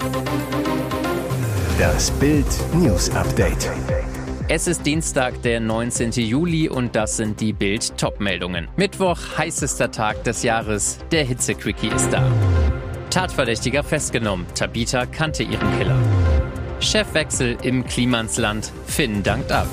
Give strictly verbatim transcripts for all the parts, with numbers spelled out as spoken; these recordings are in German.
Das Bild News Update. Es ist Dienstag, der neunzehnten Juli und das sind die Bild-Top-Meldungen. Mittwoch, heißester Tag des Jahres, der Hitze-Quickie ist da. Tatverdächtiger festgenommen, Tabitha kannte ihren Killer. Chefwechsel im Klimansland, Finn dankt ab.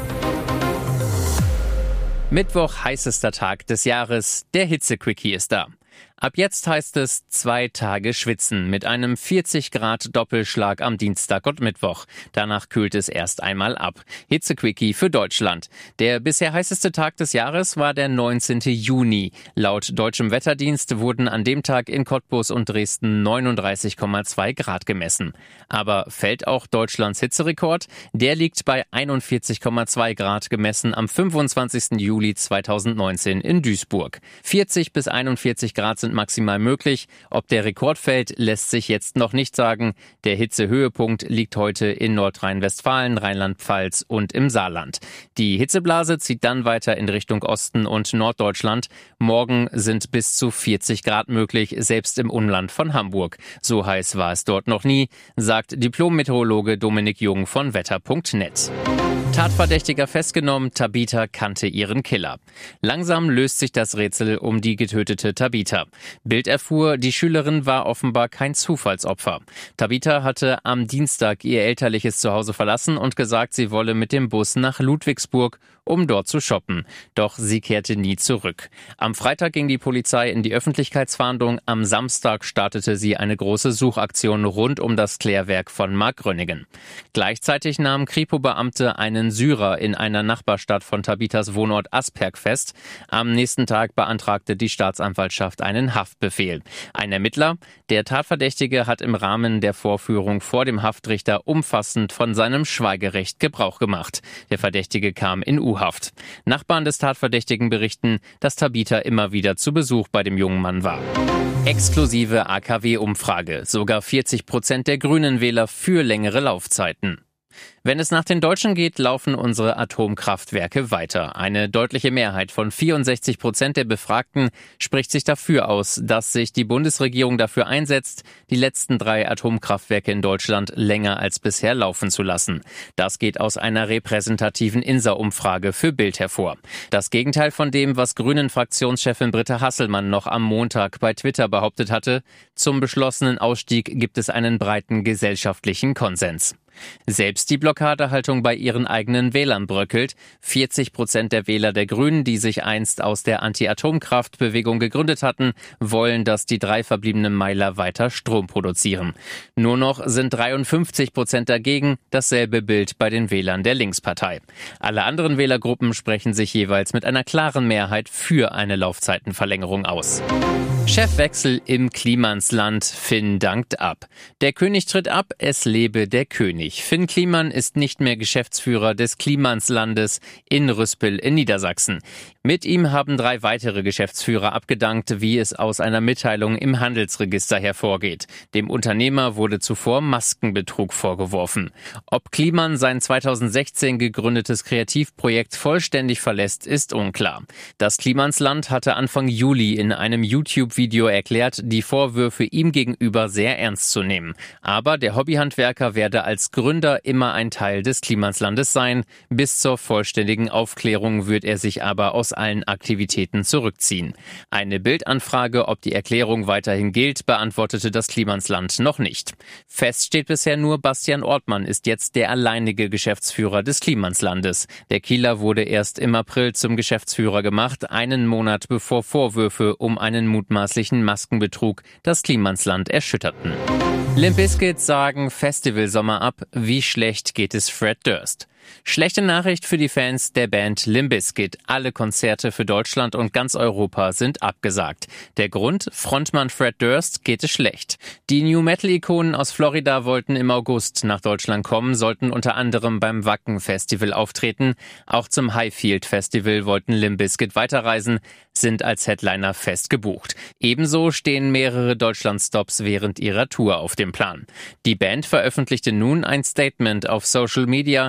Mittwoch, heißester Tag des Jahres, der Hitze-Quickie ist da. Ab jetzt heißt es zwei Tage schwitzen mit einem vierzig Grad Doppelschlag am Dienstag und Mittwoch. Danach kühlt es erst einmal ab. Hitze-Quickie für Deutschland. Der bisher heißeste Tag des Jahres war der neunzehnten Juni. Laut deutschem Wetterdienst wurden an dem Tag in Cottbus und Dresden neununddreißig Komma zwei Grad gemessen. Aber fällt auch Deutschlands Hitzerekord? Der liegt bei einundvierzig Komma zwei Grad gemessen am fünfundzwanzigsten Juli zweitausendneunzehn in Duisburg. vierzig bis einundvierzig Grad sind maximal möglich. Ob der Rekord fällt, lässt sich jetzt noch nicht sagen. Der Hitzehöhepunkt liegt heute in Nordrhein-Westfalen, Rheinland-Pfalz und im Saarland. Die Hitzeblase zieht dann weiter in Richtung Osten und Norddeutschland. Morgen sind bis zu vierzig Grad möglich, selbst im Umland von Hamburg. So heiß war es dort noch nie, sagt Diplom-Meteorologe Dominik Jung von wetter punkt net. Tatverdächtiger festgenommen, Tabitha kannte ihren Killer. Langsam löst sich das Rätsel um die getötete Tabitha. Bild erfuhr, die Schülerin war offenbar kein Zufallsopfer. Tabitha hatte am Dienstag ihr elterliches Zuhause verlassen und gesagt, sie wolle mit dem Bus nach Ludwigsburg, um dort zu shoppen. Doch sie kehrte nie zurück. Am Freitag ging die Polizei in die Öffentlichkeitsfahndung. Am Samstag startete sie eine große Suchaktion rund um das Klärwerk von Markgröningen. Gleichzeitig nahmen Kripo-Beamte einen Syrer in einer Nachbarstadt von Tabithas Wohnort Asperg fest. Am nächsten Tag beantragte die Staatsanwaltschaft einen Haftbefehl. Ein Ermittler, der Tatverdächtige, hat im Rahmen der Vorführung vor dem Haftrichter umfassend von seinem Schweigerecht Gebrauch gemacht. Der Verdächtige kam in U-Haft. Nachbarn des Tatverdächtigen berichten, dass Tabitha immer wieder zu Besuch bei dem jungen Mann war. Exklusive A K W-Umfrage. Sogar vierzig Prozent der Grünen-Wähler für längere Laufzeiten. Wenn es nach den Deutschen geht, laufen unsere Atomkraftwerke weiter. Eine deutliche Mehrheit von vierundsechzig Prozent der Befragten spricht sich dafür aus, dass sich die Bundesregierung dafür einsetzt, die letzten drei Atomkraftwerke in Deutschland länger als bisher laufen zu lassen. Das geht aus einer repräsentativen I N S A-Umfrage für Bild hervor. Das Gegenteil von dem, was Grünen-Fraktionschefin Britta Hasselmann noch am Montag bei Twitter behauptet hatte. Zum beschlossenen Ausstieg gibt es einen breiten gesellschaftlichen Konsens. Selbst die Blockadehaltung bei ihren eigenen Wählern bröckelt. vierzig Prozent der Wähler der Grünen, die sich einst aus der Anti-Atomkraft-Bewegung gegründet hatten, wollen, dass die drei verbliebenen Meiler weiter Strom produzieren. Nur noch sind dreiundfünfzig Prozent dagegen, dasselbe Bild bei den Wählern der Linkspartei. Alle anderen Wählergruppen sprechen sich jeweils mit einer klaren Mehrheit für eine Laufzeitenverlängerung aus. Chefwechsel im Klimansland, Finn dankt ab. Der König tritt ab, es lebe der König. Finn Kliman ist nicht mehr Geschäftsführer des Klimanslandes in Rüspel in Niedersachsen. Mit ihm haben drei weitere Geschäftsführer abgedankt, wie es aus einer Mitteilung im Handelsregister hervorgeht. Dem Unternehmer wurde zuvor Maskenbetrug vorgeworfen. Ob Kliman sein zweitausendsechzehn gegründetes Kreativprojekt vollständig verlässt, ist unklar. Das Klimansland hatte Anfang Juli in einem YouTube-Video erklärt, die Vorwürfe ihm gegenüber sehr ernst zu nehmen. Aber der Hobbyhandwerker werde als Gründer immer ein Teil des Klimanslandes sein. Bis zur vollständigen Aufklärung wird er sich aber aus allen Aktivitäten zurückziehen. Eine Bildanfrage, ob die Erklärung weiterhin gilt, beantwortete das Klimansland noch nicht. Fest steht bisher nur, Bastian Ortmann ist jetzt der alleinige Geschäftsführer des Klimanslandes. Der Kieler wurde erst im April zum Geschäftsführer gemacht, einen Monat bevor Vorwürfe um einen mutmaßlichen Maskenbetrug das Klimansland erschütterten. Limp Bizkit sagen Festivalsommer ab. Wie schlecht geht es Fred Durst? Schlechte Nachricht für die Fans der Band Limp Bizkit. Alle Konzerte für Deutschland und ganz Europa sind abgesagt. Der Grund? Frontmann Fred Durst geht es schlecht. Die New-Metal-Ikonen aus Florida wollten im August nach Deutschland kommen, sollten unter anderem beim Wacken-Festival auftreten. Auch zum Highfield-Festival wollten Limp Bizkit weiterreisen, sind als Headliner fest gebucht. Ebenso stehen mehrere Deutschlandstops während ihrer Tour auf dem Plan. Die Band veröffentlichte nun ein Statement auf Social Media und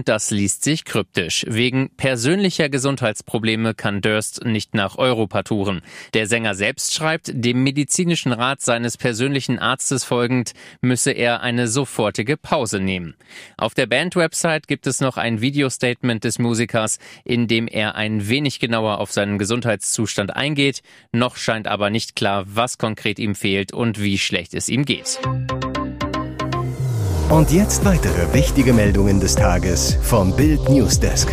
und das liest sich kryptisch. Wegen persönlicher Gesundheitsprobleme kann Durst nicht nach Europa touren. Der Sänger selbst schreibt, dem medizinischen Rat seines persönlichen Arztes folgend, müsse er eine sofortige Pause nehmen. Auf der Band-Website gibt es noch ein Videostatement des Musikers, in dem er ein wenig genauer auf seinen Gesundheitszustand eingeht. Noch scheint aber nicht klar, was konkret ihm fehlt und wie schlecht es ihm geht. Und jetzt weitere wichtige Meldungen des Tages vom Bild Newsdesk.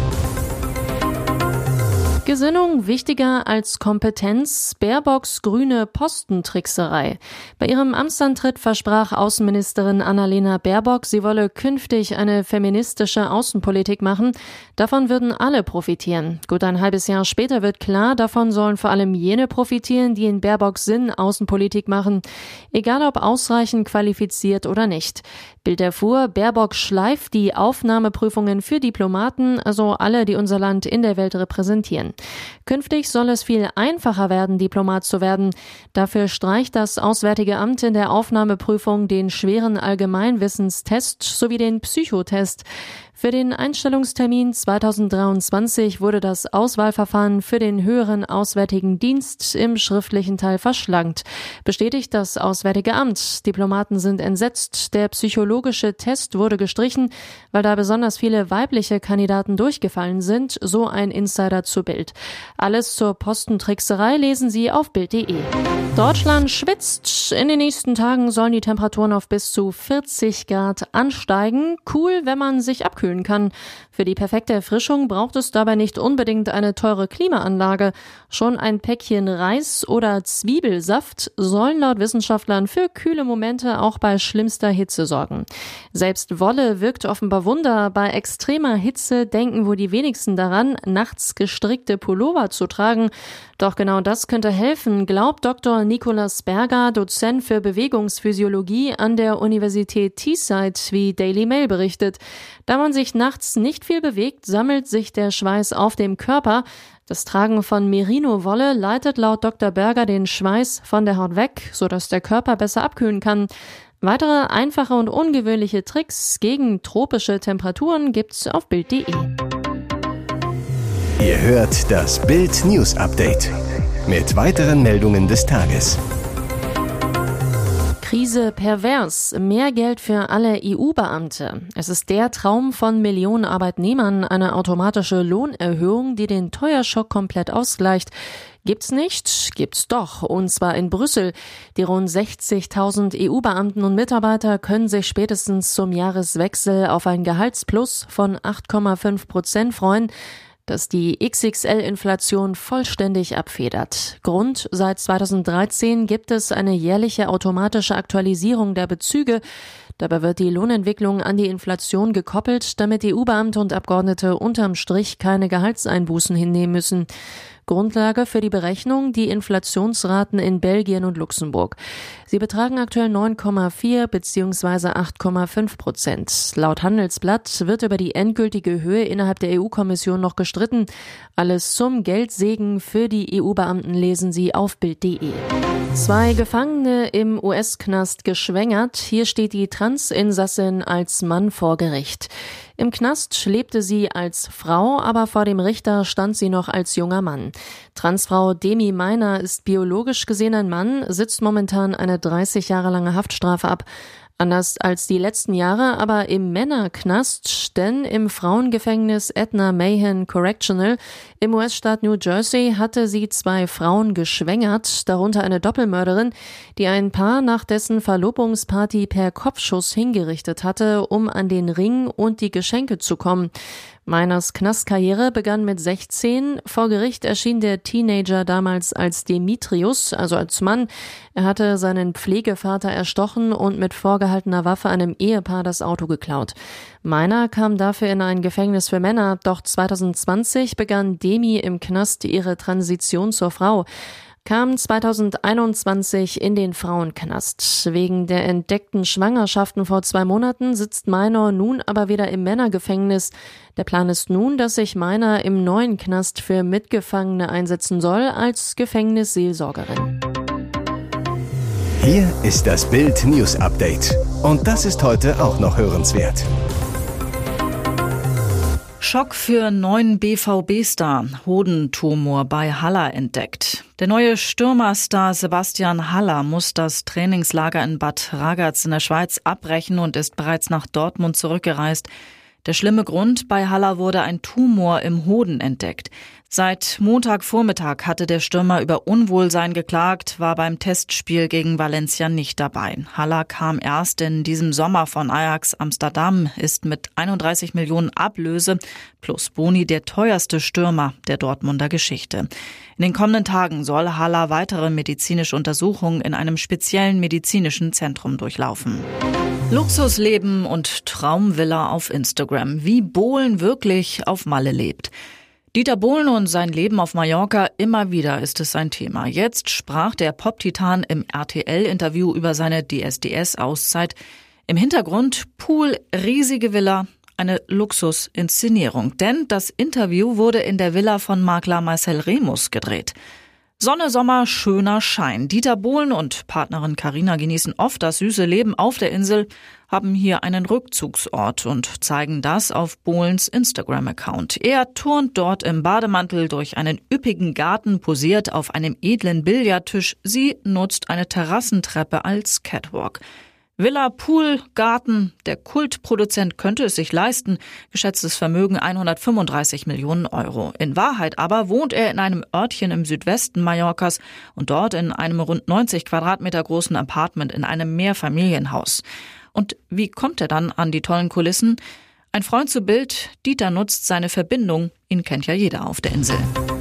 Gesinnung wichtiger als Kompetenz, Baerbocks grüne Postentrickserei. Bei ihrem Amtsantritt versprach Außenministerin Annalena Baerbock, sie wolle künftig eine feministische Außenpolitik machen. Davon würden alle profitieren. Gut ein halbes Jahr später wird klar, davon sollen vor allem jene profitieren, die in Baerbocks Sinn Außenpolitik machen. Egal ob ausreichend qualifiziert oder nicht. Bild erfuhr, Baerbock schleift die Aufnahmeprüfungen für Diplomaten, also alle, die unser Land in der Welt repräsentieren. Künftig soll es viel einfacher werden, Diplomat zu werden. Dafür streicht das Auswärtige Amt in der Aufnahmeprüfung den schweren Allgemeinwissenstest sowie den Psychotest. Für den Einstellungstermin zweitausenddreiundzwanzig wurde das Auswahlverfahren für den höheren Auswärtigen Dienst im schriftlichen Teil verschlankt. Bestätigt das Auswärtige Amt. Diplomaten sind entsetzt. Der psychologische Test wurde gestrichen, weil da besonders viele weibliche Kandidaten durchgefallen sind, so ein Insider zu Bild. Alles zur Postentrickserei lesen Sie auf bild punkt de. Deutschland schwitzt. In den nächsten Tagen sollen die Temperaturen auf bis zu vierzig Grad ansteigen. Cool, wenn man sich abkühlen kann. Für die perfekte Erfrischung braucht es dabei nicht unbedingt eine teure Klimaanlage. Schon ein Päckchen Reis oder Zwiebelsaft sollen laut Wissenschaftlern für kühle Momente auch bei schlimmster Hitze sorgen. Selbst Wolle wirkt offenbar Wunder. Bei extremer Hitze denken wohl die wenigsten daran, nachts gestrickte Pullover zu tragen. Doch genau das könnte helfen, glaubt Doktor Nikolaus Berger, Dozent für Bewegungsphysiologie an der Universität Teesside, wie Daily Mail berichtet. Da man sich nachts nicht viel bewegt, sammelt sich der Schweiß auf dem Körper. Das Tragen von Merino-Wolle leitet laut Doktor Berger den Schweiß von der Haut weg, sodass der Körper besser abkühlen kann. Weitere einfache und ungewöhnliche Tricks gegen tropische Temperaturen gibt's auf bild punkt de. Ihr hört das Bild News Update mit weiteren Meldungen des Tages. Krise pervers. Mehr Geld für alle E U-Beamte. Es ist der Traum von Millionen Arbeitnehmern, eine automatische Lohnerhöhung, die den Teuerschock komplett ausgleicht. Gibt's nicht? Gibt's doch. Und zwar in Brüssel. Die rund sechzigtausend E U-Beamten und Mitarbeiter können sich spätestens zum Jahreswechsel auf ein Gehaltsplus von acht Komma fünf Prozent freuen, das die X X L-Inflation vollständig abfedert. Grund: Seit zweitausenddreizehn gibt es eine jährliche automatische Aktualisierung der Bezüge. Dabei wird die Lohnentwicklung an die Inflation gekoppelt, damit E U-Beamte und Abgeordnete unterm Strich keine Gehaltseinbußen hinnehmen müssen. Grundlage für die Berechnung die Inflationsraten in Belgien und Luxemburg. Sie betragen aktuell neun Komma vier bzw. acht Komma fünf Prozent. Laut Handelsblatt wird über die endgültige Höhe innerhalb der E U-Kommission noch gestritten. Alles zum Geldsegen für die E U-Beamten lesen Sie auf bild punkt de. Zwei Gefangene im U S-Knast geschwängert. Hier steht die Transinsassin als Mann vor Gericht. Im Knast lebte sie als Frau, aber vor dem Richter stand sie noch als junger Mann. Transfrau Demi Meiner ist biologisch gesehen ein Mann, sitzt momentan eine dreißig Jahre lange Haftstrafe ab. Anders als die letzten Jahre aber im Männerknast, denn im Frauengefängnis Edna Mahan Correctional im U S-Staat New Jersey hatte sie zwei Frauen geschwängert, darunter eine Doppelmörderin, die ein Paar nach dessen Verlobungsparty per Kopfschuss hingerichtet hatte, um an den Ring und die Geschenke zu kommen. Meiners Knastkarriere begann mit sechzehn. Vor Gericht erschien der Teenager damals als Demetrius, also als Mann. Er hatte seinen Pflegevater erstochen und mit vorgehaltener Waffe einem Ehepaar das Auto geklaut. Meiner kam dafür in ein Gefängnis für Männer, doch zweitausendzwanzig begann Demi im Knast ihre Transition zur Frau. Kam zweitausendeinundzwanzig in den Frauenknast. Wegen der entdeckten Schwangerschaften vor zwei Monaten sitzt Meiner nun aber wieder im Männergefängnis. Der Plan ist nun, dass sich Meiner im neuen Knast für Mitgefangene einsetzen soll als Gefängnisseelsorgerin. Hier ist das Bild News Update. Und das ist heute auch noch hörenswert. Schock für neuen B V B-Star. Hodentumor bei Haller entdeckt. Der neue Stürmerstar Sebastian Haller muss das Trainingslager in Bad Ragaz in der Schweiz abbrechen und ist bereits nach Dortmund zurückgereist. Der schlimme Grund: Bei Haller wurde ein Tumor im Hoden entdeckt. Seit Montagvormittag hatte der Stürmer über Unwohlsein geklagt, war beim Testspiel gegen Valencia nicht dabei. Haller kam erst in diesem Sommer von Ajax Amsterdam, ist mit einunddreißig Millionen Ablöse plus Boni der teuerste Stürmer der Dortmunder Geschichte. In den kommenden Tagen soll Haller weitere medizinische Untersuchungen in einem speziellen medizinischen Zentrum durchlaufen. Luxusleben und Traumvilla auf Instagram. Wie Bohlen wirklich auf Malle lebt. Dieter Bohlen und sein Leben auf Mallorca, immer wieder ist es sein Thema. Jetzt sprach der Pop-Titan im R T L-Interview über seine D S D S-Auszeit. Im Hintergrund Pool, riesige Villa, eine Luxusinszenierung. Denn das Interview wurde in der Villa von Makler Marcel Remus gedreht. Sonne, Sommer, schöner Schein. Dieter Bohlen und Partnerin Carina genießen oft das süße Leben auf der Insel, haben hier einen Rückzugsort und zeigen das auf Bohlens Instagram-Account. Er turnt dort im Bademantel durch einen üppigen Garten, posiert auf einem edlen Billardtisch. Sie nutzt eine Terrassentreppe als Catwalk. Villa, Pool, Garten. Der Kultproduzent könnte es sich leisten. Geschätztes Vermögen hundertfünfunddreißig Millionen Euro. In Wahrheit aber wohnt er in einem Örtchen im Südwesten Mallorcas und dort in einem rund neunzig Quadratmeter großen Apartment in einem Mehrfamilienhaus. Und wie kommt er dann an die tollen Kulissen? Ein Freund zu Bild: Dieter nutzt seine Verbindung. Ihn kennt ja jeder auf der Insel.